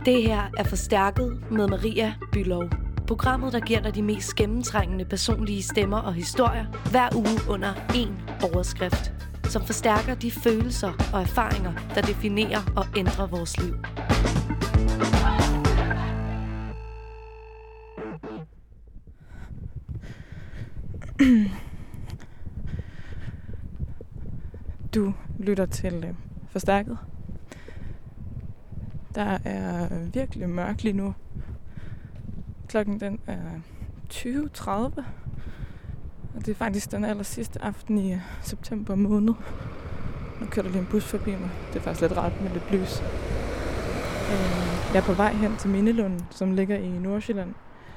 Det her er Forstærket med Maria Bülow. Programmet, der giver dig de mest gennemtrængende personlige stemmer og historier hver uge under én overskrift, som forstærker de følelser og erfaringer, der definerer og ændrer vores liv. Du lytter til Forstærket. Der er virkelig mørkt lige nu. Klokken den er 20:30. Og det er faktisk den aller sidste aften i september måned. Nu kører der lige en bus forbi mig. Det er faktisk lidt rart med lidt lys. Jeg er på vej hen til Mindelunden, som ligger i Nordsjælland.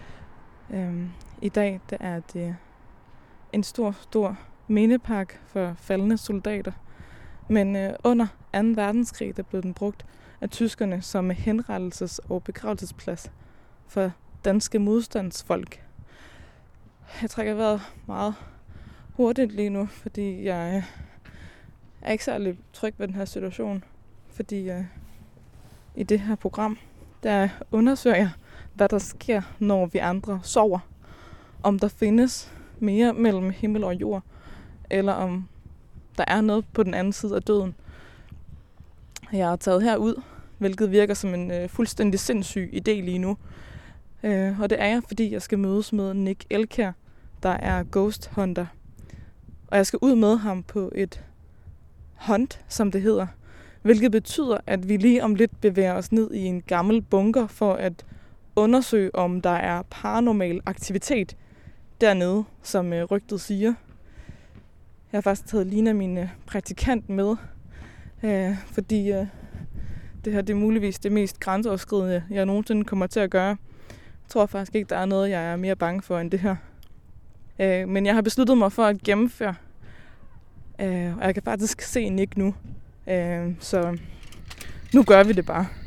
I dag der er det en stor mindepark for faldne soldater. Men under 2. verdenskrig der blev den brugt af tyskerne som henrettelses- og begravelsesplads for danske modstandsfolk. Jeg trækker vejret meget hurtigt lige nu, fordi jeg er ikke særlig tryg ved den her situation. Fordi i det her program, der undersøger jeg, hvad der sker, når vi andre sover. Om der findes mere mellem himmel og jord, eller om der er noget på den anden side af døden. Jeg er taget herud, hvilket virker som en fuldstændig sindssyg idé lige nu. Og det er jeg, fordi jeg skal mødes med Nick Elkjær, der er ghost hunter. Og jeg skal ud med ham på et hunt, som det hedder. Hvilket betyder, at vi lige om lidt bevæger os ned i en gammel bunker for at undersøge, om der er paranormal aktivitet dernede, som rygtet siger. Jeg har faktisk taget Lina, min praktikant, med, fordi det her det er muligvis det mest grænseoverskridende, jeg nogensinde kommer til at gøre. Jeg tror faktisk ikke, der er noget, jeg er mere bange for end det her. Men jeg har besluttet mig for at gennemføre, og jeg kan faktisk se Nick nu. Så nu gør vi det bare.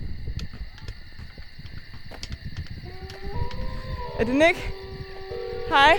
Er det Nick? Hej.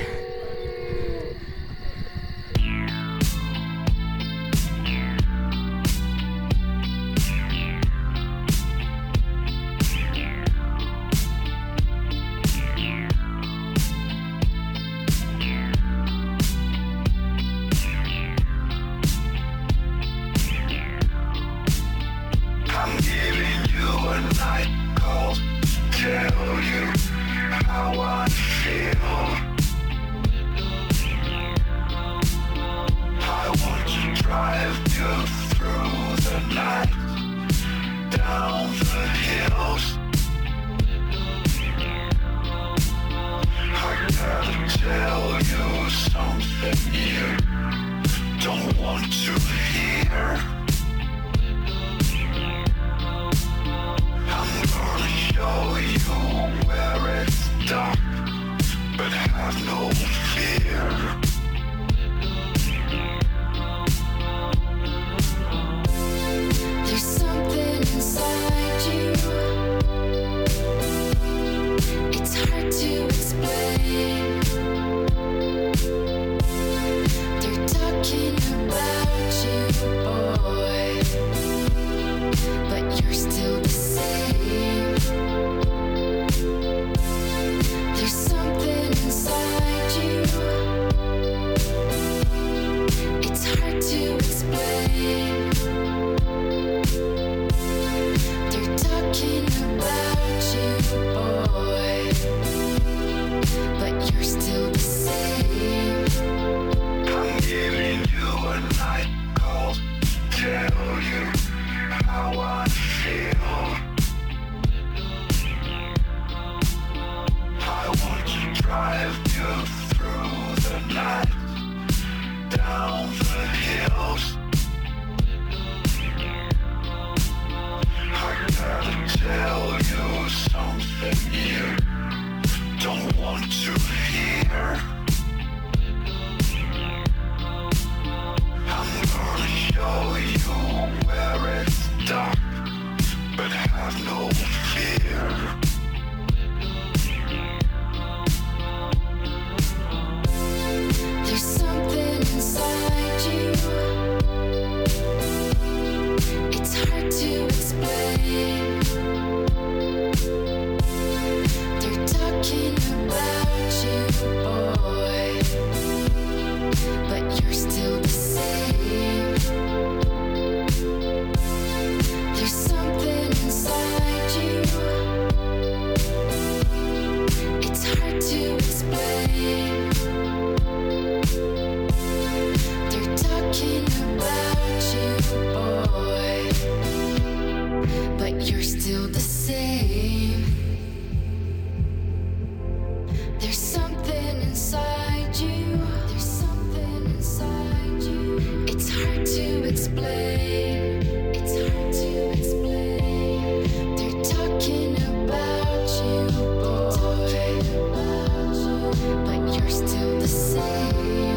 It's hard to explain. explain. It's hard to explain. They're talking about you, boy, but you're still the same.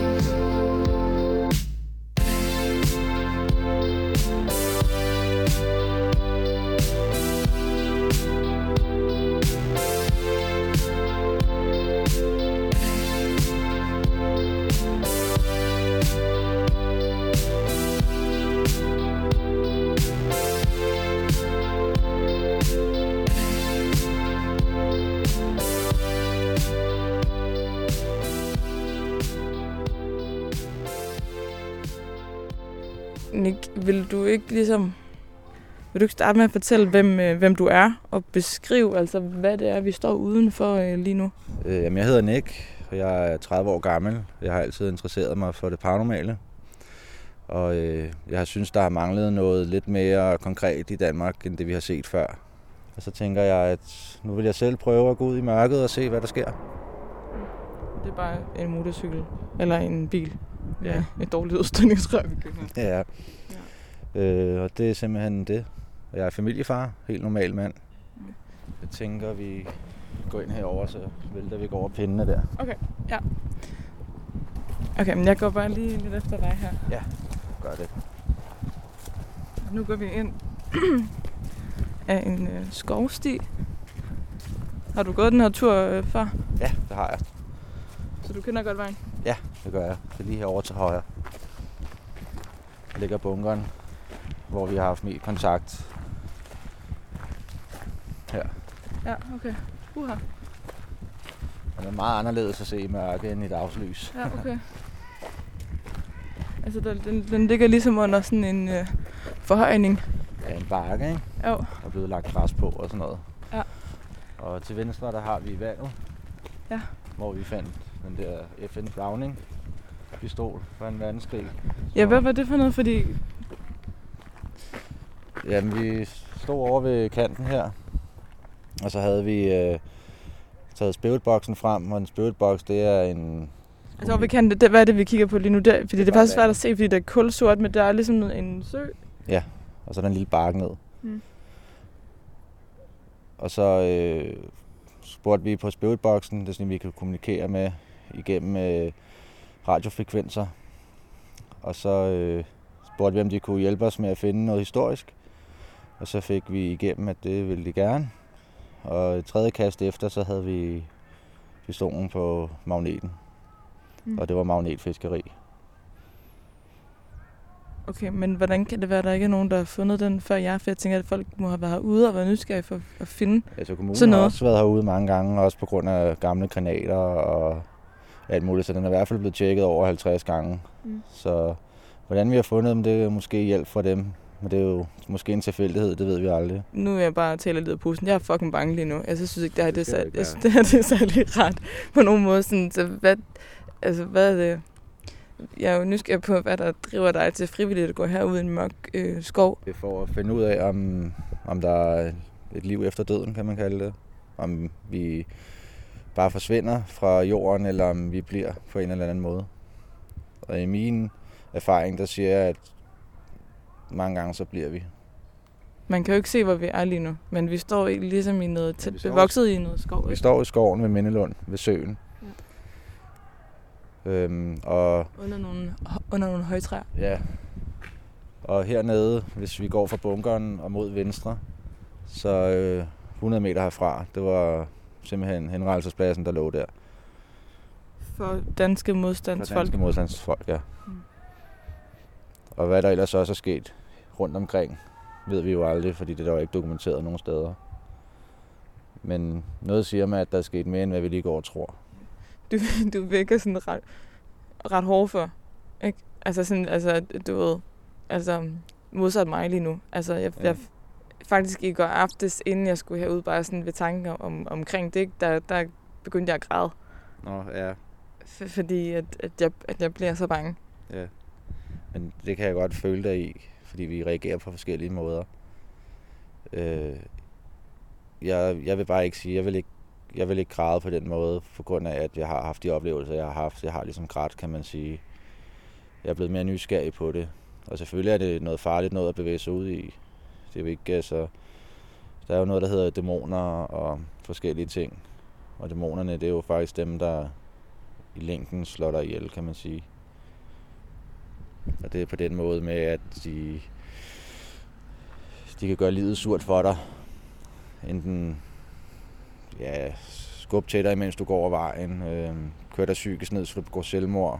Nick, vil du ikke starte med at fortælle, hvem du er, og beskrive, altså, hvad det er, vi står udenfor lige nu? Jamen, jeg hedder Nick, og jeg er 30 år gammel. Jeg har altid interesseret mig for det paranormale. Og jeg har synes, der har manglet noget lidt mere konkret i Danmark, end det vi har set før. Og så tænker jeg, at nu vil jeg selv prøve at gå ud i mørket og se, hvad der sker. Det er bare en motorcykel, eller en bil. Ja, et dårligt udstødningsrør, vi køber. Ja. Og det er simpelthen det. Jeg er familiefar, helt normal mand. Jeg tænker, vi går ind herover, så vælter vi går over pindene der. Okay, ja. Okay, men jeg går bare lige lidt efter dig her. Ja, gør det. Nu går vi ind af en skovsti. Har du gået den her tur før? Ja, det har jeg. Så du kender godt vejen? Ja, det gør jeg. Det er lige herovre til højre. Der ligger bunkeren, hvor vi har haft mest kontakt. Her. Ja, okay. Det er meget anderledes at se i mørke end i dagslys. Ja, okay. Altså, den ligger ligesom under sådan en forhøjning. Ja, en bakke, ikke? Jo. Der er blevet lagt græs på og sådan noget. Ja. Og til venstre, der har vi vandet. Ja. Hvor vi fandt den der FN Browning pistol fra en verdenskrig. Ja, hvad var det for noget, fordi... Jamen, vi stod over ved kanten her, og så havde vi taget spiritboxen frem, og en spiritbox, det er en... Altså over ved kanten, hvad er det, vi kigger på lige nu? Der, fordi det er faktisk svært at se, fordi det er kulsort, men der er ligesom en sø. Ja, og så er der en lille bakke ned. Og så spurgte vi på spiritboxen, det er sådan, vi kan kommunikere med igennem radiofrekvenser. Og så spurgte vi, om de kunne hjælpe os med at finde noget historisk. Og så fik vi igennem, at det ville de gerne. Og et tredje kast efter, så havde vi pistolen på magneten. Og det var magnetfiskeri. Okay, men hvordan kan det være, at der ikke er nogen, der har fundet den før jer? For jeg tænker, at folk må have været herude og været nysgerrige for at finde altså, kommunen sådan noget. Har også været herude mange gange, også på grund af gamle granater og alt muligt. Så den er i hvert fald blevet tjekket over 50 gange. Så hvordan vi har fundet dem, det er måske hjælp fra dem. Men det er jo måske en tilfældighed, det ved vi aldrig. Nu er jeg bare tale lidt af pusten. Jeg er fucking bange lige nu. Jeg synes ikke, det her er særlig ret på nogen måde. Sådan, så hvad er det? Jeg er jo nysgerrig på, hvad der driver dig til frivilligt at gå herud i en mørk skov. Det er for at finde ud af, om der er et liv efter døden, kan man kalde det. Om vi bare forsvinder fra jorden, eller om vi bliver på en eller anden måde. Og i min erfaring, der siger jeg, at mange gange så bliver vi. Man kan jo ikke se, hvor vi er lige nu, men vi står ligesom i noget tæt bevokset i noget skov. Vi står i skoven ved Mindelund, ved søen. Og under nogle højtræer. Ja. Og hernede, hvis vi går fra bunkeren og mod venstre, så 100 meter herfra, det var simpelthen henrettelsespladsen, der lå der. For danske modstandsfolk? For danske modstandsfolk, ja. Og hvad der ellers også er sket rundt omkring, ved vi jo aldrig, fordi det er jo ikke dokumenteret nogen steder. Men noget siger mig, at der er sket mere, end hvad vi lige går og tror. Du virker sådan ret hård for, ikke? Altså, du ved, altså modsat mig lige nu. Altså, jeg faktisk i går aftes, inden jeg skulle herud, bare sådan ved tanken omkring det, der begyndte jeg at græde. Nå, ja. Fordi at jeg bliver så bange. Ja, men det kan jeg godt føle dig i, fordi vi reagerer på forskellige måder. Jeg vil bare ikke sige, jeg vil ikke græde på den måde, på grund af, at jeg har haft de oplevelser, jeg har haft. Jeg har ligesom grædt, kan man sige. Jeg er blevet mere nysgerrig på det. Og selvfølgelig er det noget farligt noget at bevæge sig ud i. Det er jo ikke, altså, der er jo noget, der hedder dæmoner og forskellige ting. Og dæmonerne, det er jo faktisk dem, der i længden slår dig ihjel, kan man sige. Og det er på den måde med, at de kan gøre livet surt for dig. Enten skub til dig, mens du går over vejen. Kør dig psykisk ned, så du begår selvmord.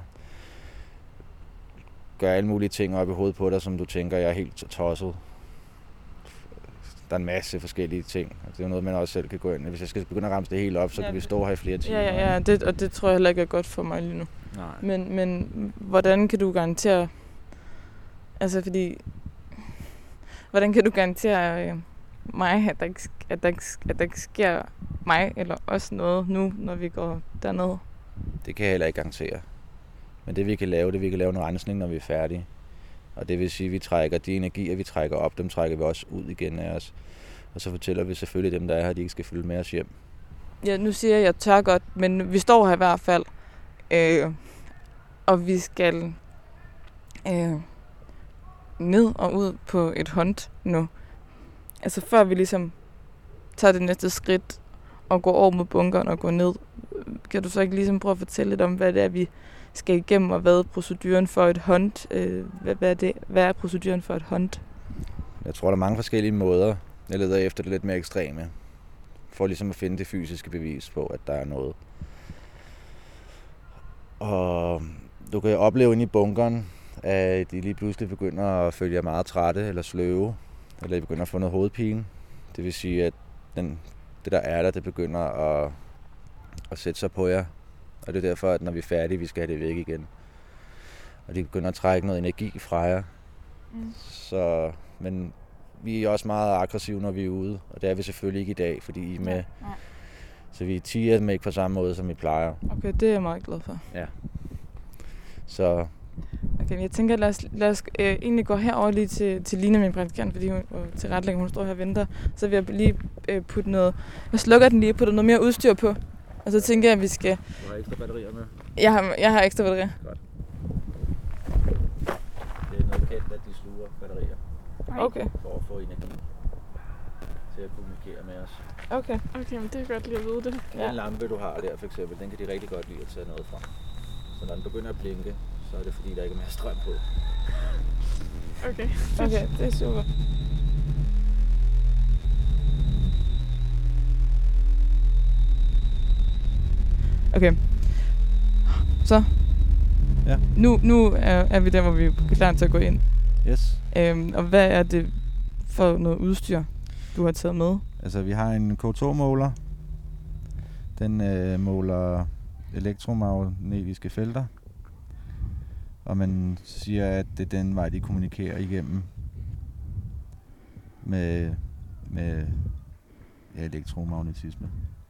Gør alle mulige ting op i hovedet på dig, som du tænker, jeg er helt tosset. Der er en masse forskellige ting. Det er noget, man også selv kan gå ind. Hvis jeg skal begynde at ramse det hele op, så kan vi stå her i flere timer. Ja, det tror jeg heller ikke er godt for mig lige nu. Nej. Men hvordan kan du garantere... Altså, fordi... Hvordan kan du garantere mig, at der ikke sker mig eller os noget nu, når vi går derned? Det kan jeg heller ikke garantere. Men det vi kan lave, vi kan lave en rensning, når vi er færdige. Og det vil sige, at vi trækker de energier, vi trækker op, dem trækker vi også ud igen af os. Og så fortæller vi selvfølgelig dem, der er her, at de ikke skal følge med os hjem. Ja, nu siger jeg tør godt, men vi står her i hvert fald. Og vi skal ned og ud på et hunt nu. Altså før vi ligesom tager det næste skridt og går over mod bunkeren og går ned, kan du så ikke ligesom prøve at fortælle lidt om, hvad det er, vi skal igennem, og hvad er proceduren for et hunt? Hvad er proceduren for et hunt? Jeg tror, der er mange forskellige måder. Jeg leder efter det lidt mere ekstreme. For ligesom at finde det fysiske bevis på, at der er noget. Og du kan opleve inde i bunkeren, at de lige pludselig begynder at føle jer meget trætte eller sløve. Eller de begynder at få noget hovedpine. Det vil sige, at det der er der, det begynder at sætte sig på jer. Og det er derfor, at når vi er færdige, vi skal have det væk igen. Og de begynder at trække noget energi fra jer. Så, men vi er også meget aggressive, når vi er ude. Og det er vi selvfølgelig ikke i dag, fordi I er med. Ja. Så vi tiger dem ikke på samme måde, som vi plejer. Okay, det er jeg meget glad for. Ja. Så... Okay, jeg tænker, lad os egentlig gå herover lige til Lina, min praktikant, fordi hun til retlægger, hun står her og venter. Så vil jeg lige putte noget... Jeg slukker den lige og putter noget mere udstyr på. Og så tænker jeg, at vi skal... Du har ekstra batterier med? Jeg har ekstra batterier. Godt. Det er noget kendt, at de sluger batterier. Okay. For at få energi til at kommunikere med os. Okay, men det er godt lige at vide det. Ja. Den lampe, du har der for eksempel, den kan de rigtig godt lide at tage noget fra. Så når den begynder at blinke, så er det fordi, der ikke er mere strøm på. Okay, det er super. Okay. Så. Ja. Nu er vi der, hvor vi er klar til at gå ind. Yes. Og hvad er det for noget udstyr, du har taget med? Altså, vi har en K2-måler. Den måler elektromagnetiske felter. Og man siger, at det er den vej, de kommunikerer igennem med elektromagnetisme.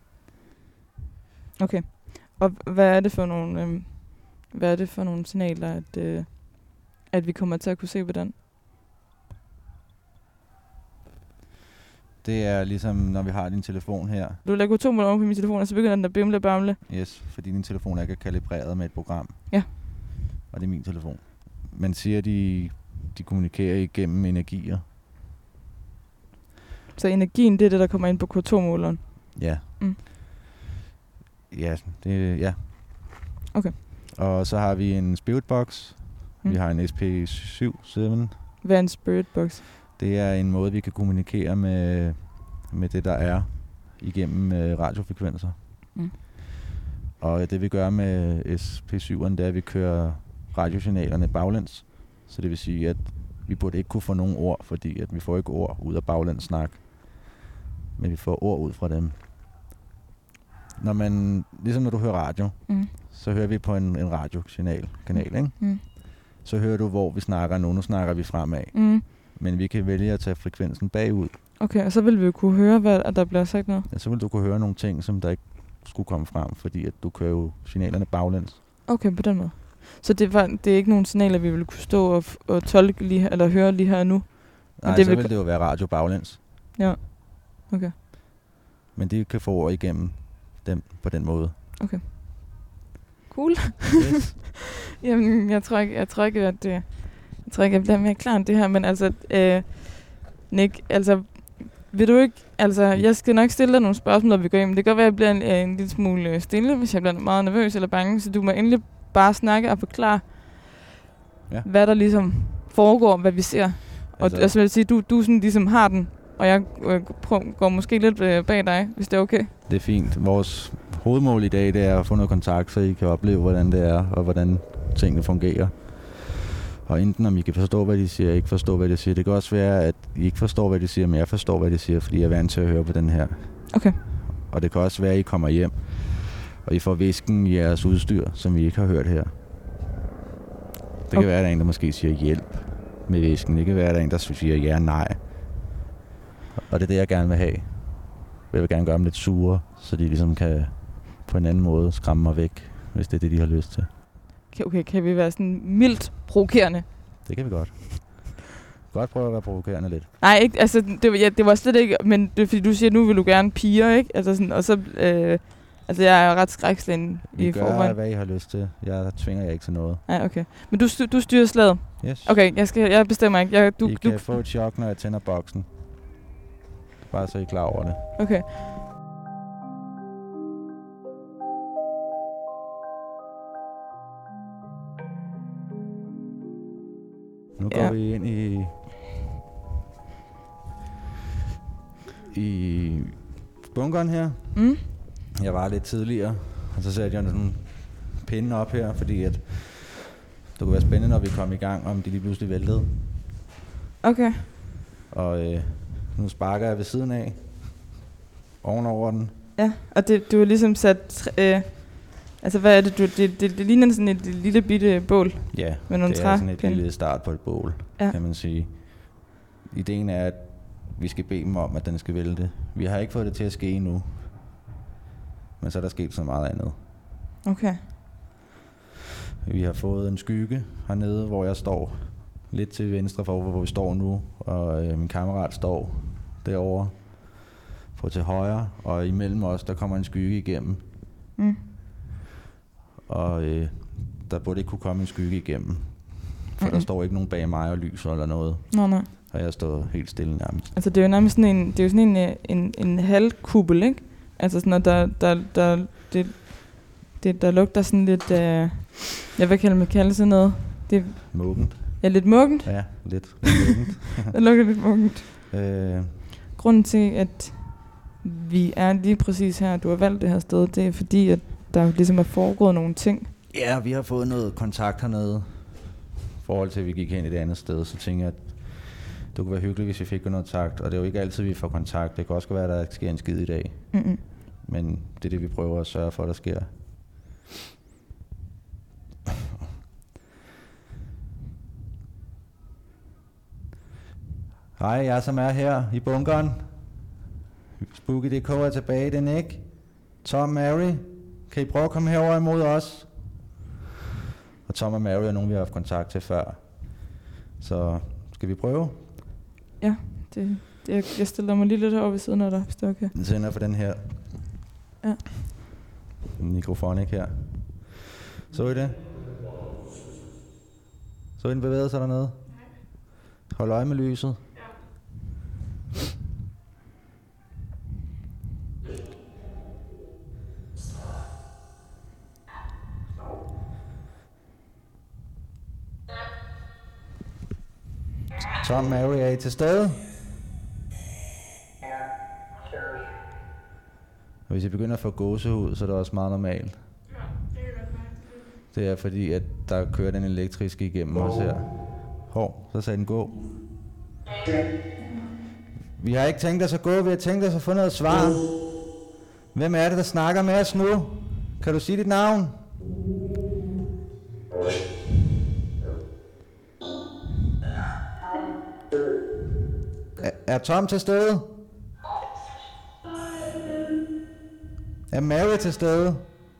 Okay. Og hvad er det for nogle signaler, at vi kommer til at kunne se på den? Det er ligesom, når vi har din telefon her. Du lægger 2 måler på min telefon, og så begynder den at bimle og bamle. Yes, fordi din telefon ikke er kalibreret med et program. Ja. Og det er min telefon. Man siger, at de kommunikerer igennem energier. Så energien, det er det, der kommer ind på K2-måleren? Ja. Ja. Okay. Og så har vi en spiritbox. Vi har en SP7. Hvad er en spiritbox? Det er en måde, vi kan kommunikere med det, der er igennem radiofrekvenser. Og det vi gør med SP7'eren, det er, at vi kører radiosignalerne baglæns. Så det vil sige, at vi burde ikke kunne få nogen ord, fordi at vi får ikke ord ud af baglæns snak. Men vi får ord ud fra dem. Ligesom når du hører radio, så hører vi på en radiokanal, ikke? Så hører du, hvor vi snakker nu. Nu snakker vi fremad. Men vi kan vælge at tage frekvensen bagud. Okay, og så vil vi jo kunne høre, hvad der bliver sagt noget? Ja, så vil du kunne høre nogle ting, som der ikke skulle komme frem, fordi at du kører jo signalerne baglæns. Okay, på den måde. Så det er ikke nogen signaler, vi vil kunne stå og tolke lige, eller høre lige her nu? Nej, det så vil det jo være radio baglæns. Ja, okay. Men det kan få ord igennem dem på den måde. Okay. Cool. Yes. Jamen, jeg tror ikke, tror ikke, jeg bliver mere klar end det her, men altså, Nick, altså, vil du ikke, altså, jeg skal nok stille dig nogle spørgsmål, når vi går hjem. Det kan godt være, at jeg bliver en lille smule stille, hvis jeg bliver meget nervøs eller bange, så du må endelig bare snakke og forklare, hvad der ligesom foregår, hvad vi ser. Og altså vil jeg sige, du sådan ligesom har den, og jeg går måske lidt bag dig, hvis det er okay. Det er fint. Vores hovedmål i dag, det er at få noget kontakt, så I kan opleve, hvordan det er, og hvordan tingene fungerer. Og enten om I kan forstå, hvad de siger, ikke forstå, hvad de siger. Det kan også være, at I ikke forstår, hvad de siger, men jeg forstår, hvad de siger, fordi jeg er vant til at høre på den her. Okay. Og det kan også være, at I kommer hjem, og I får hvisken i jeres udstyr, som I ikke har hørt her. Det kan være, at der er en, der måske siger hjælp med hvisken. Det kan være, at der er en, der siger ja, nej. Og det er det, jeg gerne vil have. Jeg vil gerne gøre dem lidt sure, så de ligesom kan på en anden måde skræmme mig væk, hvis det er det, de har lyst til. Okay, kan vi være sådan mildt provokerende? Det kan vi godt. Godt prøve at være provokerende lidt. Nej, ikke, altså, det var slet ikke, men det er fordi, du siger, nu vil du gerne piger, ikke? Altså sådan, og så, altså jeg er ret skrækslagen i forvejen. I gør, hvad I har lyst til. Jeg tvinger jer ikke til noget. Ja, okay. Men du styrer slaget? Yes. Okay, jeg bestemmer ikke. I kan få et chok, når jeg tænder boksen. Bare så I er klar over det. Okay. Nu går vi ind i bunkeren her. Mm. Jeg var lidt tidligere, og så satte jeg sådan pinde op her, fordi at det kunne være spændende, når vi kom i gang, om de lige pludselig væltede. Okay. Og nu sparker jeg ved siden af, ovenover den. Ja, og du har ligesom sat, altså hvad er det, det ligner sådan et lille bitte bål. Ja, med nogle det er sådan et lille start på et bål, kan man sige. Ideen er, at vi skal bede dem om, at den skal vælte. Vi har ikke fået det til at ske endnu, men så er der sket så meget andet. Okay. Vi har fået en skygge hernede, hvor jeg står lidt til venstre for, hvor vi står nu, og min kammerat står derovre på til højre, og imellem os, der kommer en skygge igennem. Mm. Og der burde ikke kunne komme en skygge igennem, for der står ikke nogen bag mig og lyser eller noget. Nej. Og jeg står helt stille nærmest. Altså det er jo nærmest sådan en halvkuppel, ikke? Altså sådan noget, der lugter sådan lidt, jeg vil kalde sådan noget. Det muggent. Ja, lidt muggent? Ja, lidt muggent. Det lugter lidt muggent. Grunden til, at vi er lige præcis her, du har valgt det her sted, det er fordi, at der ligesom er foregået nogle ting. Ja, vi har fået noget kontakt hernede. I forhold til, at vi gik hen et andet sted, så tænker jeg, at det kunne være hyggeligt, hvis vi fik noget kontakt. Og det er jo ikke altid, vi får kontakt. Det kan også være, at der sker en skid i dag. Mm-mm. Men det er det, vi prøver at sørge for, at der sker. Hej, jeg som er her i bunkeren. Spooky.dk er tilbage, det er Nick. Tom, Mary, kan I prøve at komme herover imod os? Og Tom og Mary er nogen, vi har haft kontakt til før. Så skal vi prøve? Ja, jeg stiller mig lige lidt herovre ved siden af dig, hvis det er okay. Den tænder for den her. Ja. Mikrofon ikke her. Så I det? Så I den bevægede sig dernede? Hold øje med lyset. Tom, Mary, er I til stede? Og hvis I begynder at få gåsehud, så er det også meget normalt. Det er fordi, at der kører den elektriske igennem os her. Hov, så sagde den gå. Vi har ikke tænkt os at gå, vi har tænkt os at få noget svar. Hvem er det, der snakker med os nu? Kan du sige dit navn? Er Tom til stede? Er Mary til stede?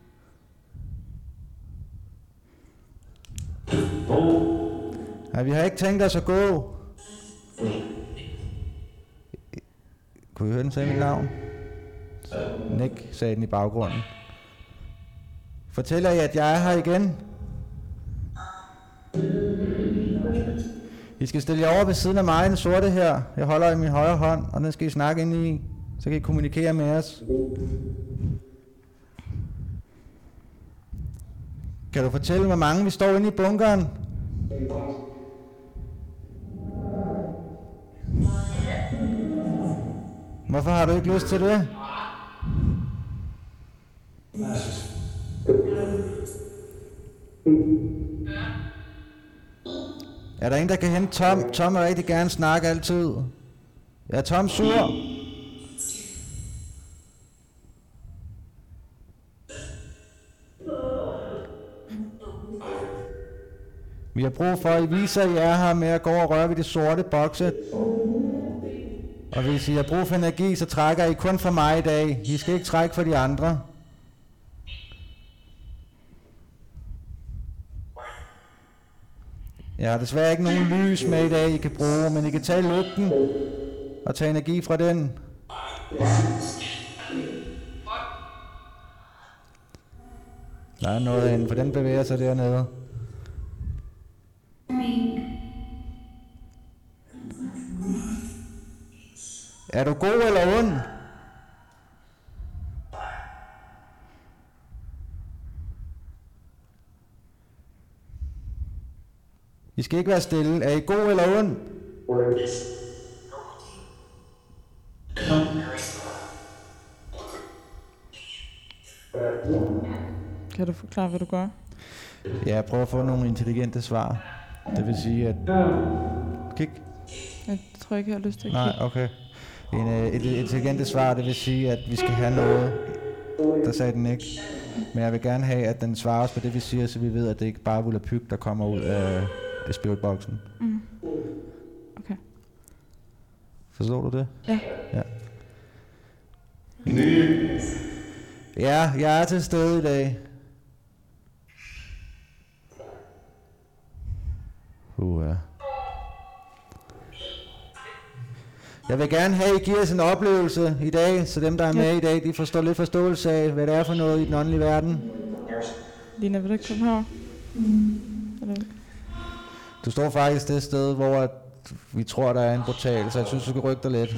Ja, vi har ikke tænkt os at gå. Kunne I høre den sige mit navn? Nick sagde den i baggrunden. Fortæller I, at jeg er her igen? I skal stille jer over ved siden af mig, den sorte her. Jeg holder i min højre hånd, og den skal I snakke ind i. Så kan I kommunikere med os. Kan du fortælle, hvor mange vi står inde i bunkeren? Hvorfor har du ikke lyst til det? Er der en, der kan hente Tom? Tom vil rigtig gerne snakke altid. Ja, Tom sur. Vi har brug for, at I viser, at I er her med at gå og røre ved de sorte bokse. Og hvis I har brug for energi, så trækker I kun for mig i dag. I skal ikke trække for de andre. Jeg har desværre ikke nogen lys med i dag, I kan bruge, men I kan tage lygten og tage energi fra den. Der er noget herinde, for den bevæger sig dernede. Er du god eller ond? I skal ikke være stille. Er I god eller ond? Kan du forklare, hvad du gør? Ja, jeg prøver at få nogle intelligente svar. Det vil sige, at... Kig. Jeg tror ikke, jeg har lyst til at Nej, kigge. okay. Et intelligente svar, det vil sige, at vi skal have noget. Der sagde den ikke. Men jeg vil gerne have, at den svarer os på det, vi siger, så vi ved, at det ikke bare er volapyk, der kommer ud af spiritboxen. Mm. Okay. Forstår du det? Ja. Ja, jeg er til stede i dag. Ja. Jeg vil gerne have, at I giver os en oplevelse i dag, så dem, der er med i dag, de forstår lidt forståelse af, hvad det er for noget i den åndelige verden. Lina, vil du ikke komme her? Eller? Du står faktisk det sted, hvor vi tror, der er en portal, så jeg synes, du skal rykke dig lidt.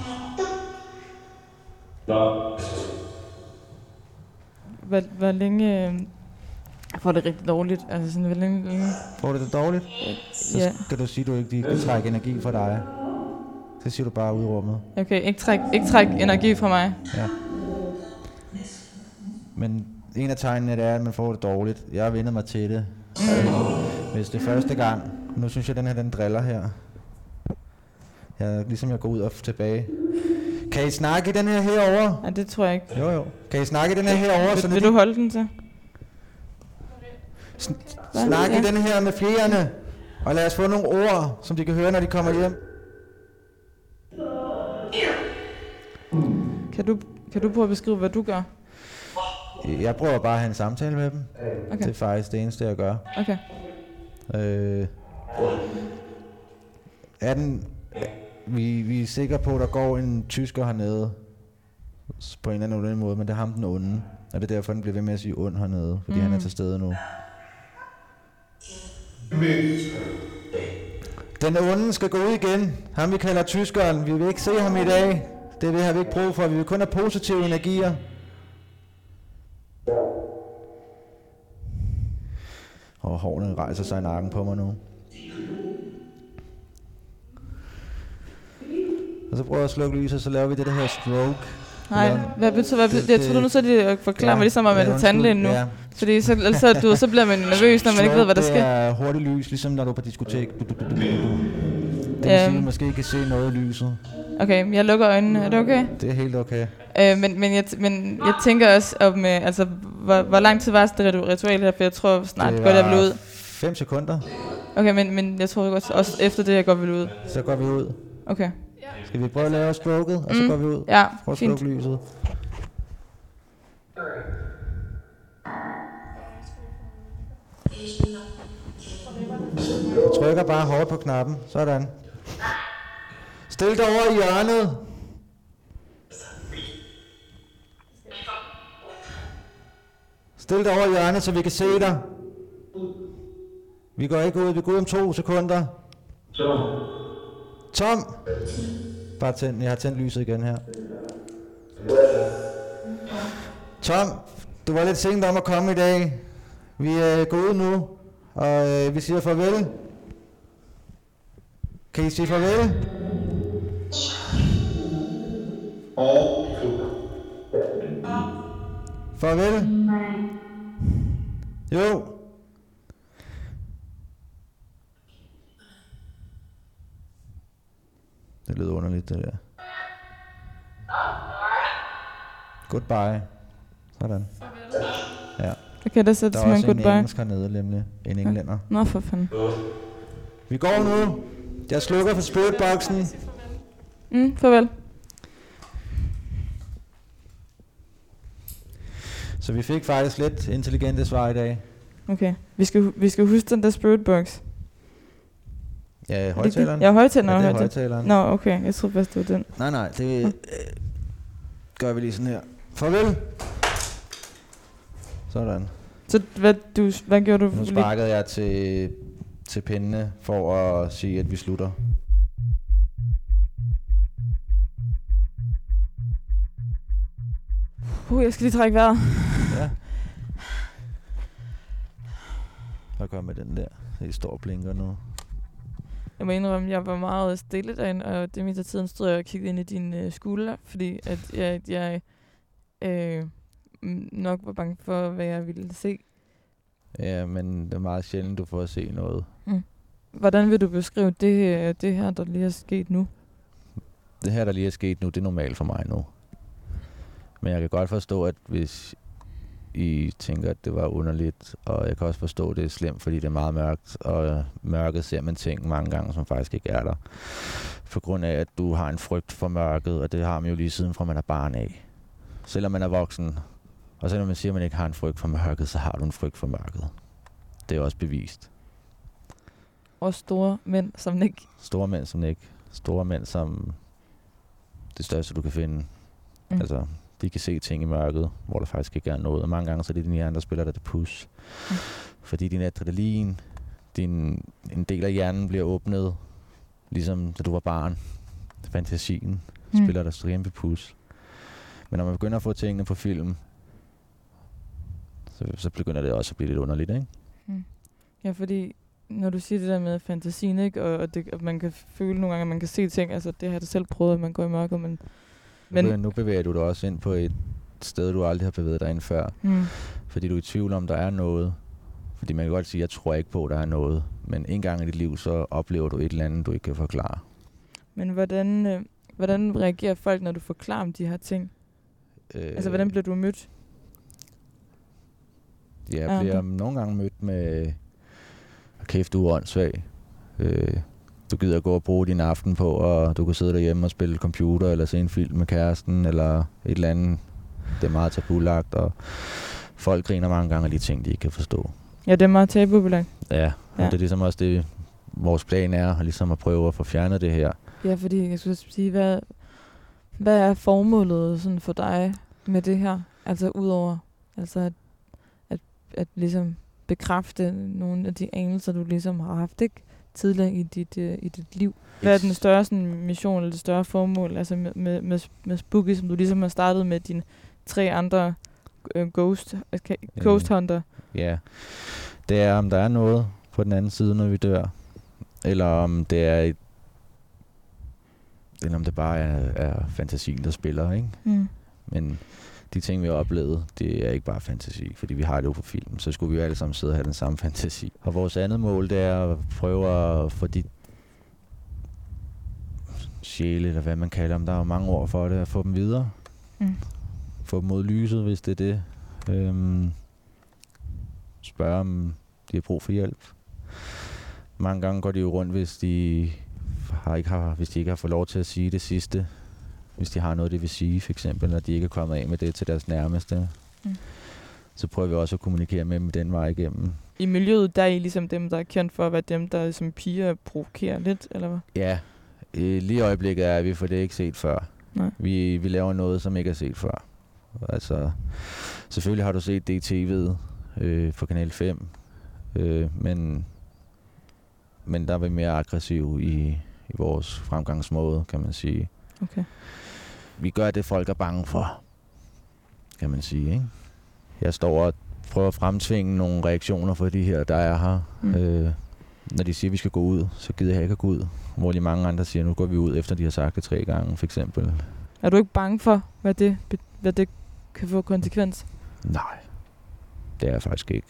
Hvor længe... Jeg får det rigtig dårligt. Altså sådan, hvor længe... Får du det dårligt? Så Ja. skal du sige, at du ikke kan trække energi fra dig. Så siger du bare ud i rummet. Okay, ikke træk energi fra mig. Ja. Men en af tegnene det er, at man får det dårligt. Jeg har vendt mig til det. Hvis det er første gang. Nu synes jeg, den driller her. Ligesom jeg går ud og tilbage. Kan I snakke i den her herovre? Nej, det tror jeg ikke. Jo. Kan I snakke i den her herovre? Vil du holde den til? Snak i den her med fjerne. Og lad os få nogle ord, som de kan høre, når de kommer hjem. Kan du prøve at beskrive, hvad du gør? Jeg prøver bare at have en samtale med dem. Okay. Det er faktisk det eneste, jeg gør. Okay. Vi er sikre på, at der går en tysker hernede. På en eller anden måde, men det er ham den onde. Og det er derfor, den bliver ved med at sige ond hernede. Fordi han er til stede nu. Den onde skal gå ud igen. Ham vi kalder tyskeren. Vi vil ikke se ham i dag. Det har vi ikke brug for. Vi vil kun have positive energier. Og hårene rejser sig i nakken på mig nu. Og så prøver jeg at slukke lyset, så laver vi det der her stroke. Nej, hvad betyder jeg tror du nu så det forklarer mig ligesom om at have tandlægen nu. Ja. Fordi så bliver man nervøs, når man ikke ved, hvad der sker. Det er hurtigt lys, ligesom når du er på diskotek. Det vil sige, at du måske kan se noget i lyset. Okay, jeg lukker øjnene. Er det okay? Det er helt okay. Men jeg tænker også om, altså, hvor lang tid var det ritual her? For jeg tror snart går jeg vil ud. 5 sekunder. Okay, men jeg tror også efter det, jeg går vel ud. Så går vi ud. Okay. Skal vi prøve at lave stroket, og så går vi ud? Ja, prøv at fint. slukke lyset. Du trykker bare hårdt på knappen. Sådan. Stil dig over i hjørnet. Stil dig over i hjørnet, så vi kan se dig. Vi går ikke ud. Vi går ud om 2 sekunder. Tom! Bare tænd. Jeg har tændt lyset igen her. Tom, du var lidt sent om at komme i dag. Vi er gået ud nu, og vi siger farvel. Kan I sige farvel? Farvel? Jo. Det lyder underligt, det der. Goodbye. Sådan. Ja. Okay, der sætter Der er også simpelthen en goodbye. engelsk hernede, nemlig. En englænder. Nå, for fanden. Vi går nu. Jeg slukker for spiritboxen. Farvel. Så vi fik faktisk lidt intelligente svar i dag. Okay. Vi skal huske den der spirit box. Ja, højtaleren. Ja, højtaleren. Ja, det er højtaleren. Nå, okay. Jeg troede først, det var den. Nej, det gør vi lige sådan her. Farvel. Sådan. Så hvad gjorde du? Nu sparkede jeg til pindene for at sige, at vi slutter. Jeg skal lige trække vejret. Ja. Hvad gør med den der? Det står og blinker nu. Jeg må indrømme, jeg var meget stille derinde, og det meste af tiden stod jeg og kiggede ind i dine skulder, fordi at jeg nok var bange for, hvad jeg ville se. Ja, men det er meget sjældent, du får at se noget. Hvordan vil du beskrive det her, der lige er sket nu? Det her, der lige er sket nu, det er normalt for mig nu. Men jeg kan godt forstå, at hvis I tænker, at det var underligt, og jeg kan også forstå, at det er slemt, fordi det er meget mørkt, og mørket ser man ting mange gange, som faktisk ikke er der. På grund af, at du har en frygt for mørket, og det har man jo lige siden fra man er barn af. Selvom man er voksen, og selvom man siger, at man ikke har en frygt for mørket, så har du en frygt for mørket. Det er også bevist. Og store mænd som ikke. Store mænd som ikke. Store mænd som det største, du kan finde. Altså, de kan se ting i mørket, hvor der faktisk ikke er noget. Og mange gange så er det de andre, der spiller der det pus. Fordi din adrenalin, en del af hjernen bliver åbnet, ligesom da du var barn. Fantasien spiller der kæmpe pus. Men når man begynder at få tingene på film, så begynder det også at blive lidt underligt, ikke? Ja, fordi når du siger det der med fantasien, ikke? Og man kan føle nogle gange, at man kan se ting. Altså, det har jeg da selv prøvet, at man går i mørket, men nu bevæger du dig også ind på et sted, du aldrig har bevæget dig ind før. Fordi du er i tvivl om, der er noget. Fordi man kan godt sige, at jeg tror ikke på, at der er noget. Men en gang i dit liv, så oplever du et eller andet, du ikke kan forklare. Men hvordan reagerer folk, når du forklarer om de her ting? Altså, hvordan bliver du mødt? Jeg bliver nogle gange mødt med, kæft, du er åndssvag. Du gider gå og bruge din aften på, og du kan sidde derhjemme og spille computer, eller se en film med kæresten, eller et eller andet. Det er meget tabulagt, og folk griner mange gange af de ting, de ikke kan forstå. Ja, det er meget tabubelagt. Ja, og det er ligesom også det, vores plan er, ligesom at prøve at få fjernet det her. Ja, fordi jeg skulle sige, hvad er formålet sådan for dig med det her? Altså udover altså at ligesom bekræfte nogle af de anelser, du ligesom har haft, ikke? Tidligere i dit liv. Hvad er den større sådan, mission eller det større formål altså med Spooky, som du ligesom har startet med dine 3 andre ghost hunter? Ja, det er om der er noget på den anden side, når vi dør, eller om det er eller om det bare er fantasien, der spiller, ikke? Men de ting, vi har oplevet, det er ikke bare fantasi, fordi vi har det jo på film. Så skulle vi jo alle sammen sidde og have den samme fantasi. Og vores andet mål, det er at prøve at få de sjæle, eller hvad man kalder dem, der er jo mange ord for det, at få dem videre. Få dem mod lyset, hvis det er det. Spørge om de har brug for hjælp. Mange gange går de jo rundt, hvis de ikke har fået lov til at sige det sidste. Hvis de har noget, de vil sige, for eksempel, eller de ikke er kommet af med det til deres nærmeste. Så prøver vi også at kommunikere med dem den vej igennem. I miljøet, der er I ligesom dem, der er kendt for at være dem, der som piger provokerer lidt, eller hvad? Ja, lige i øjeblikket er vi, for det ikke set før. Nej. Vi laver noget, som ikke er set før. Altså, selvfølgelig har du set det i tv'et på Kanal 5, men der er vi mere aggressive i vores fremgangsmåde, kan man sige. Okay. Vi gør det, folk er bange for, kan man sige, ikke? Jeg står og prøver at fremtvinge nogle reaktioner for de her, der er her. Når de siger, at vi skal gå ud, så gider jeg ikke at gå ud. Hvor de mange andre siger, nu går vi ud, efter de har sagt det 3 gange, for eksempel. Er du ikke bange for, hvad det kan få konsekvens? Nej, det er jeg faktisk ikke.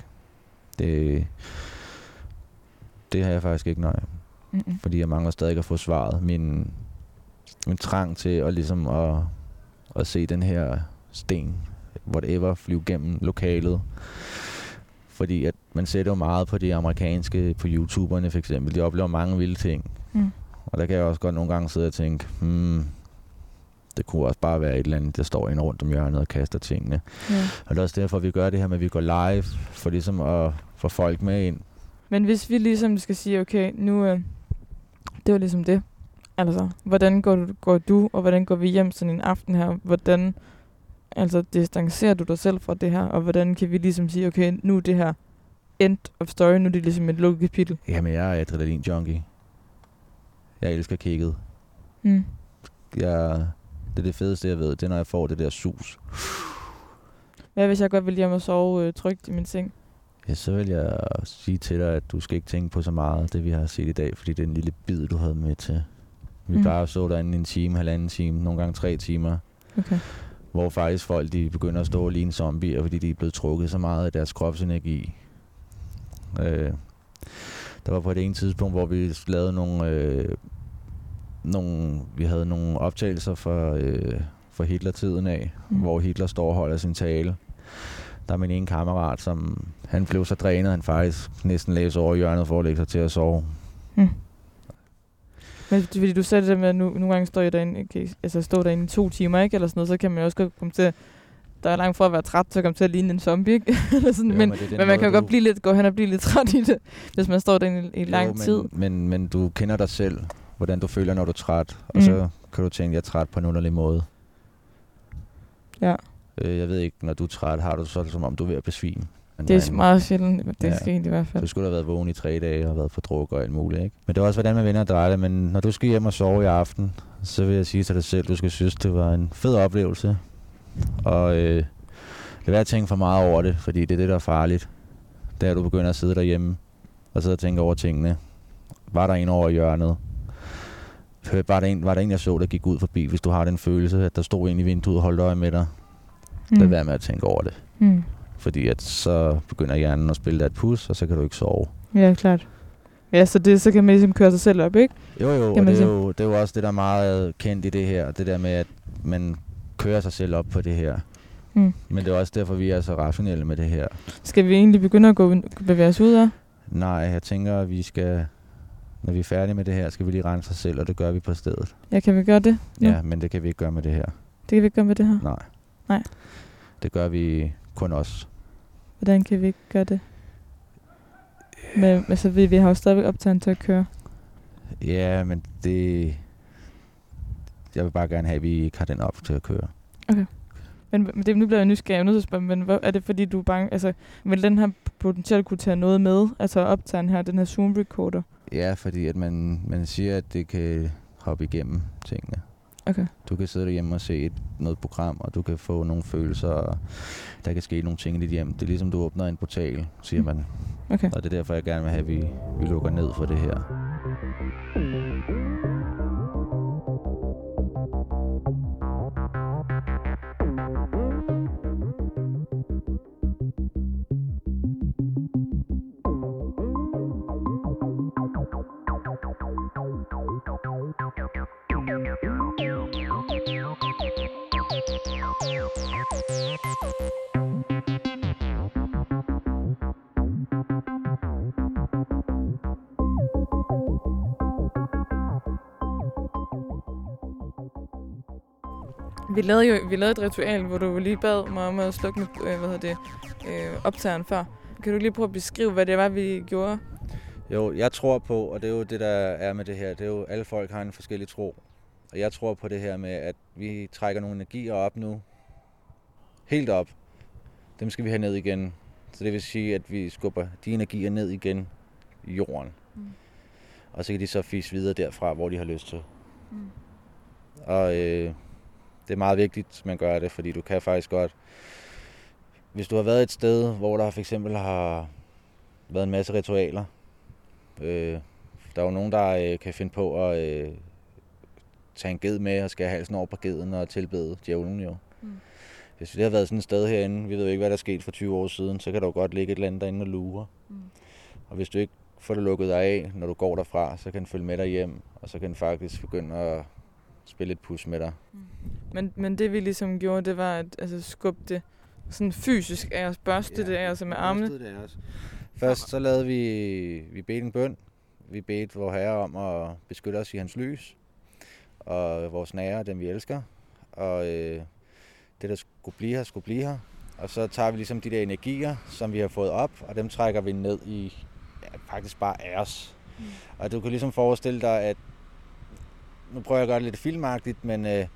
Det har jeg faktisk ikke, nej. Mm-mm. Fordi jeg mangler stadig at få svaret. Min trang til at, ligesom at se den her sten, whatever, flyve gennem lokalet. Fordi at man ser det jo meget på de amerikanske, på YouTuberne for eksempel. De oplever mange vilde ting. Og der kan jeg også godt nogle gange sidde og tænke, det kunne også bare være et eller andet, der står ind rundt om hjørnet og kaster tingene. Ja. Og det er også derfor, vi gør det her med, at vi går live, for ligesom at få folk med ind. Men hvis vi ligesom skal sige, okay, nu det var ligesom det. Altså, hvordan går du, og hvordan går vi hjem sådan en aften her? Hvordan distancerer du dig selv fra det her? Og hvordan kan vi ligesom sige, okay, nu er det her end of story, nu er det ligesom et lukket kapitel? Jamen, jeg er adrenalin-junkie. Jeg elsker kigget. Det er det fedeste, jeg ved. Det er, når jeg får det der sus. Hvad hvis jeg godt vil hjem og sove trygt i min seng? Ja, så vil jeg sige til dig, at du skal ikke tænke på så meget af det, vi har set i dag, fordi det er en lille bid, du havde med til. Vi bare så derinde 1 time, 1,5 time, nogle gange 3 timer. Okay. Hvor faktisk folk, de begynder at stå og ligne zombier, fordi de er blevet trukket så meget af deres kropsenergi. Der var på det ene tidspunkt, hvor vi lavede vi havde nogle optagelser for Hitler-tiden af, hvor Hitler står og holder sin tale. Der er min ene kammerat, som han blev så drænet, han faktisk næsten læser over hjørnet for at lægge sig til at sove. Men fordi du sagde det der med, at nogle gange står jeg derinde, står derinde i 2 timer, ikke? Eller sådan noget, så kan man også godt komme til, der er langt fra at være træt, så komme til at ligne en zombie, ikke? Eller sådan. Jo, men man kan jo godt gå hen og blive lidt træt i det, hvis man står derinde i lang tid. Men du kender dig selv, hvordan du føler, når du er træt, og så kan du tænke, at jeg er træt på en underlig måde. Ja. Jeg ved ikke, når du er træt, har du så som om du er ved at besvime. Det er meget sjældent, det skal egentlig i hvert fald. Du skulle have været vågen i 3 dage og været på druk og alt muligt, ikke? Men det er også, hvordan man vender og drejer det. Men når du skal hjem og sove i aften, så vil jeg sige til dig selv, du skal synes, det var en fed oplevelse. Og lad være at tænke for meget over det, fordi det er det, der er farligt. Det er, at du begynder at sidde derhjemme og sidde og tænke over tingene. Var der en over hjørnet? Var der en, jeg så, der gik ud forbi, hvis du har den følelse, at der stod en i vinduet og holdt øje med dig? Lad være med at tænke over det. Fordi at så begynder hjernen at spille dig et pus, og så kan du ikke sove. Ja, klart. Ja, så kan man ligesom køre sig selv op, ikke? Jo, og det er jo også det, der er meget kendt i det her. Det der med, at man kører sig selv op på det her. Men det er også derfor, vi er så rationelle med det her. Skal vi egentlig begynde at bevæge os ud af? Nej, jeg tænker, at vi skal, når vi er færdige med det her, skal vi lige rense os selv, og det gør vi på stedet. Ja, kan vi gøre det? Ja, men det kan vi ikke gøre med det her. Det kan vi ikke gøre med det her? Nej. Det gør vi kun os. Hvordan kan vi ikke gøre det? Men altså, vi har jo stadigvæk optaget til at køre. Ja, men det... Jeg vil bare gerne have, at vi ikke har den op til at køre. Okay. Men nu bliver jeg nysgerrig. Jeg er nødt til at spørge, men er det fordi, du er bange... Altså, vil den her potentielt kunne tage noget med? Altså optagen her, den her Zoom-recorder? Ja, fordi at man siger, at det kan hoppe igennem tingene. Okay. Du kan sidde derhjemme og se noget program, og du kan få nogle følelser, og der kan ske nogle ting i dit hjem. Det er ligesom, du åbner en portal, siger man. Okay. Og det er derfor, jeg gerne vil have, at vi lukker ned for det her. Vi lavede et ritual, hvor du lige bad mig om at slukke optageren før. Kan du lige prøve at beskrive, hvad det var, vi gjorde? Jo, jeg tror på, og det er jo det, der er med det her, det er jo, alle folk har en forskellig tro. Og jeg tror på det her med, at vi trækker nogle energier op nu. Helt op. Dem skal vi have ned igen. Så det vil sige, at vi skubber de energier ned igen i jorden. Og så kan de så fise videre derfra, hvor de har lyst til. Og det er meget vigtigt, at man gør det, fordi du kan faktisk godt... Hvis du har været et sted, hvor der for eksempel har været en masse ritualer. Der er jo nogen, der kan finde på at tage en ged med og skære halsen over på geden og tilbede djævlen jo. Hvis det har været sådan et sted herinde, vi ved jo ikke, hvad der er sket for 20 år siden, så kan der jo godt ligge et eller andet derinde og lurer. Og hvis du ikke får det lukket dig af, når du går derfra, så kan den følge med dig hjem, og så kan den faktisk begynde at spille et pus med dig. Men det vi ligesom gjorde, det var at skubbe det sådan fysisk af os, børste det af os med armene. Først så lavede vi bedte en bøn. Vi bedte vor Herre om at beskytte os i hans lys. Og vores nære, dem vi elsker. Og det der skulle blive her. Og så tager vi ligesom de der energier, som vi har fået op, og dem trækker vi ned i faktisk bare af os. Og du kan ligesom forestille dig, at nu prøver jeg at gøre det lidt filmagtigt, men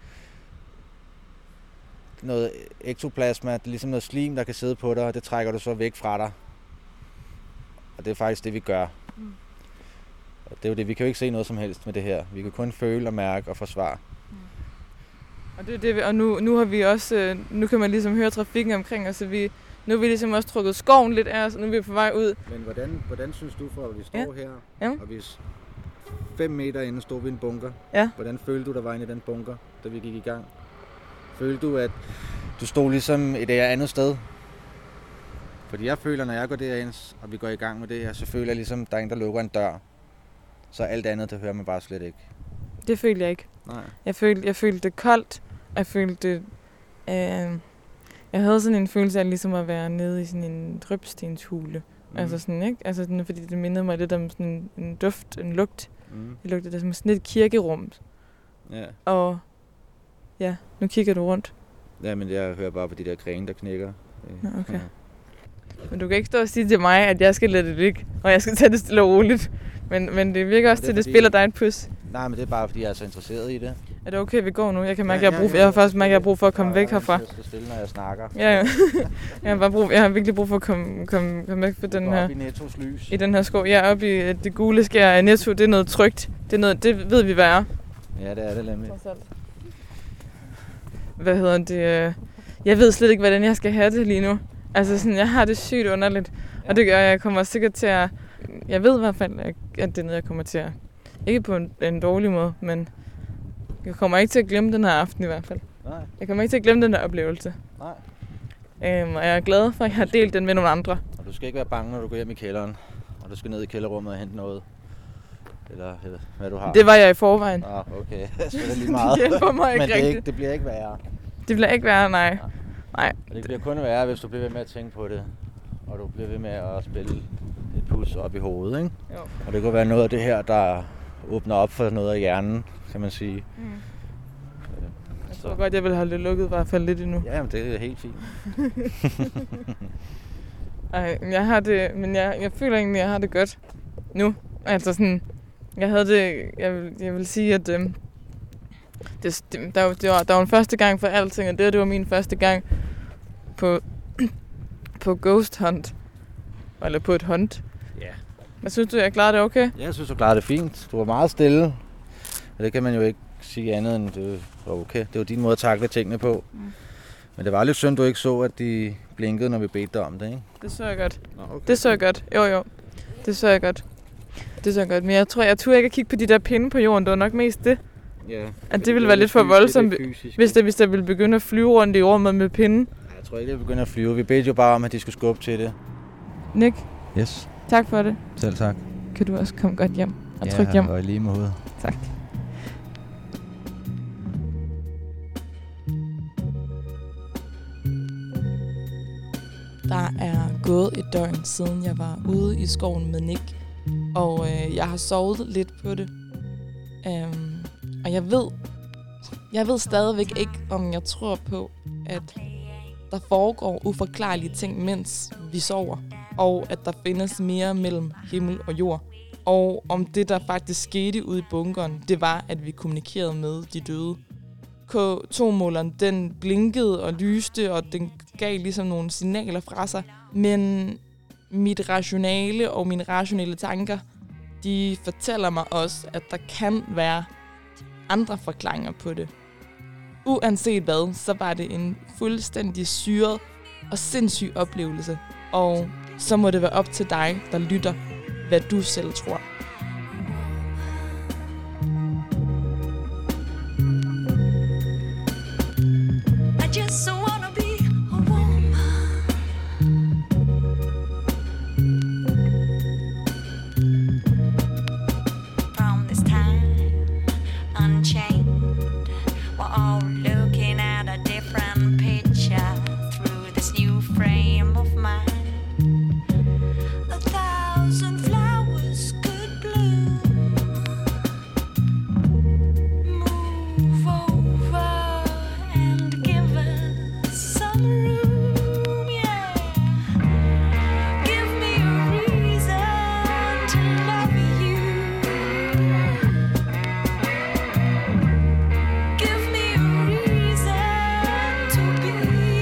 noget ektoplasma, det er ligesom noget slim, der kan sidde på dig, og det trækker du så væk fra dig. Og det er faktisk det, vi gør. Og det er jo det, vi kan jo ikke se noget som helst med det her. Vi kan kun føle og mærke og forsvare. Og det er det, og nu har vi også, nu kan man ligesom høre trafikken omkring os, så nu har vi ligesom også trukket skoven lidt af os, og nu er vi på vej ud. Men hvordan synes du, for at vi står her, ja. Og hvis 5 meter inde stod vi i en bunker, hvordan følte du, der var inde i den bunker, da vi gik i gang? Følte du, at du stod ligesom et andet sted? Fordi jeg føler, når jeg går derind, og vi går i gang med det her, så føler jeg ligesom, der er en, der lukker en dør. Så alt andet, det hører man bare slet ikke. Det følte jeg ikke. Nej. Jeg følte det koldt. Jeg følte jeg havde sådan en følelse af ligesom at være nede i sådan en drøbstenshule. Altså sådan, ikke? Altså sådan, fordi det mindede mig lidt om sådan en duft, en lugt. Det lugtede som sådan et kirkerum. Ja. Og ja, nu kigger du rundt. Ja, men jeg hører bare på de der grene, der knækker. Nå, okay. Ja. Men du kan ikke stå og sige til mig, at jeg skal lade det ligge, og jeg skal tage det stille og roligt. Men det virker også til, at det spiller dig et pus. Nej, men det er bare, fordi jeg er så interesseret i det. Er det okay, vi går nu? Jeg kan mærke, jeg har faktisk mærket, at jeg har brug for at komme væk herfra. Jeg skal stille, når jeg snakker. Ja. Jeg har virkelig brug for at komme væk fra den her... Oppe i Nettos lys. I den her skov. Jeg er oppe i det gule skær af Netto. Det er noget trygt. Det ved vi, hvad er. Ja, det er det nemlig. Hvad hedder det? Jeg ved slet ikke, hvordan jeg skal have det lige nu. Altså sådan, jeg har det sygt underligt. Og det gør, at jeg kommer sikkert til at... Jeg ved i hvert fald, at det er noget, jeg kommer til at... Ikke på en dårlig måde, men... Jeg kommer ikke til at glemme den her aften i hvert fald. Nej. Jeg kommer ikke til at glemme den der oplevelse. Nej. Og jeg er glad for, at jeg har delt den med nogle andre. Og du skal ikke være bange, når du går hjem i kælderen. Og du skal ned i kælderrummet og hente noget. Eller hvad du har. Det var jeg i forvejen. Okay. Så er det lige meget. Det hjælper mig ikke men rigtigt. Det bliver ikke værre. Det bliver ikke værre, nej. Og det bliver kun værre, hvis du bliver ved med at tænke på det. Og du bliver ved med at spille et pus op i hovedet, ikke? Jo. Og det kunne være noget af det her, der åbner op for noget af hjernen, kan man sige. Jeg tror godt, jeg vil holde det lukket i hvert fald lidt endnu. Ja, men det er helt fint. Ej, jeg har det, men jeg føler egentlig, at jeg har det godt nu. Altså sådan, jeg havde det, jeg vil sige, at der var en første gang for alting, og det var min første gang på ghost hunt. Eller på et hunt. Ja. Hvad synes du, jeg klarede det okay? Ja, jeg synes, du klarede det fint. Du var meget stille. Og det kan man jo ikke sige andet end, det var okay. Det var din måde at takle tingene på. Men det var lidt synd, du ikke så, at de blinkede, når vi bedte dig om det, ikke? Det så jeg godt. Okay. Det så jeg godt. Jo. Det så jeg godt. Men jeg tror, jeg turde ikke at kigge på de der pinde på jorden. Det var nok mest det. Ja. At det ville være lidt for voldsomt, hvis der ville begynde at flyve rundt i rummet med pinden. Jeg tror ikke, det begynder at flyve. Vi bedte jo bare om, at de skulle skubbe til det. Nick, Yes. tak for det. Selv tak. Kan du også komme godt hjem og trykke hjem? Ja, og i lige måde. Tak. Der er gået et døgn siden jeg var ude i skoven med Nick, og jeg har sovet lidt på det. Og jeg ved stadigvæk ikke, om jeg tror på, at der foregår uforklarlige ting, mens vi sover, og at der findes mere mellem himmel og jord. Og om det, der faktisk skete ude i bunkeren, det var, at vi kommunikerede med de døde. K2-måleren, den blinkede og lyste, og den gav ligesom nogle signaler fra sig. Men mit rationale og mine rationelle tanker de fortæller mig også, at der kan være andre forklaringer på det. Uanset hvad, så var det en fuldstændig syret og sindssyg oplevelse. Og så må det være op til dig, der lytter, hvad du selv tror. I just wanna be a woman. From this time unchained, we're all looking at a different picture through this new frame of mine. 1,000 flowers could bloom. Move over and give us some room, yeah. Give me a reason to love you. Give me a reason to be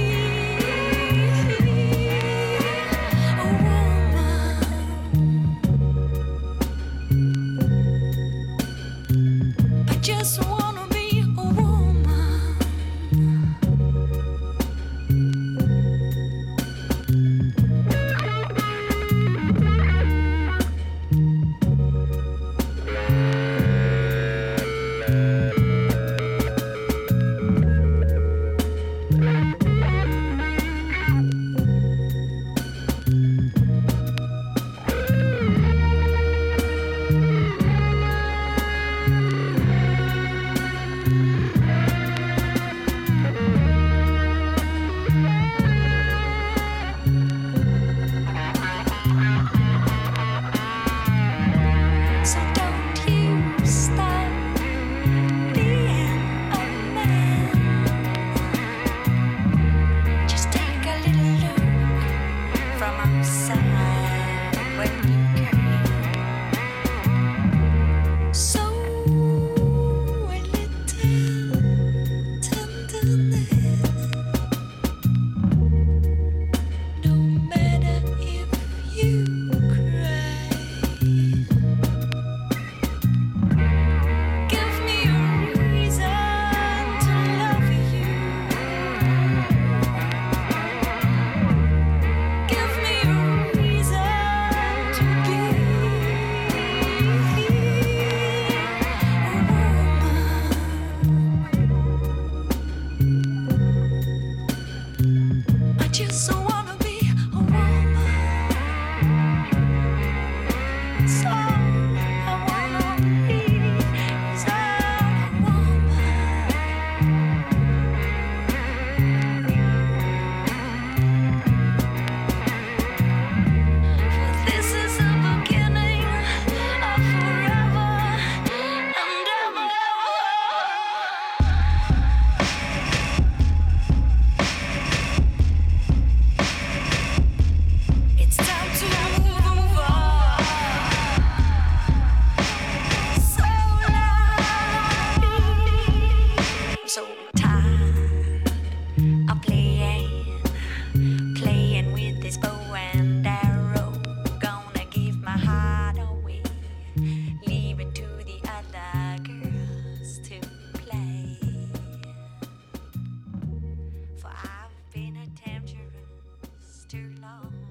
a woman. I just wanna be a woman. So don't you stop being a man. Just take a little look from outside when you can. So a little tenderness. No matter if you cry. Give me a reason to love you. Give me a reason to be a woman. I just wanna be a woman. So I wanna be a woman. For this is the beginning of forever and ever. It's time to move on. So loud, so tired of playing with this bow and arrow. Gonna give my heart away, leave it to the other girls to play. For I've been a temptress too long.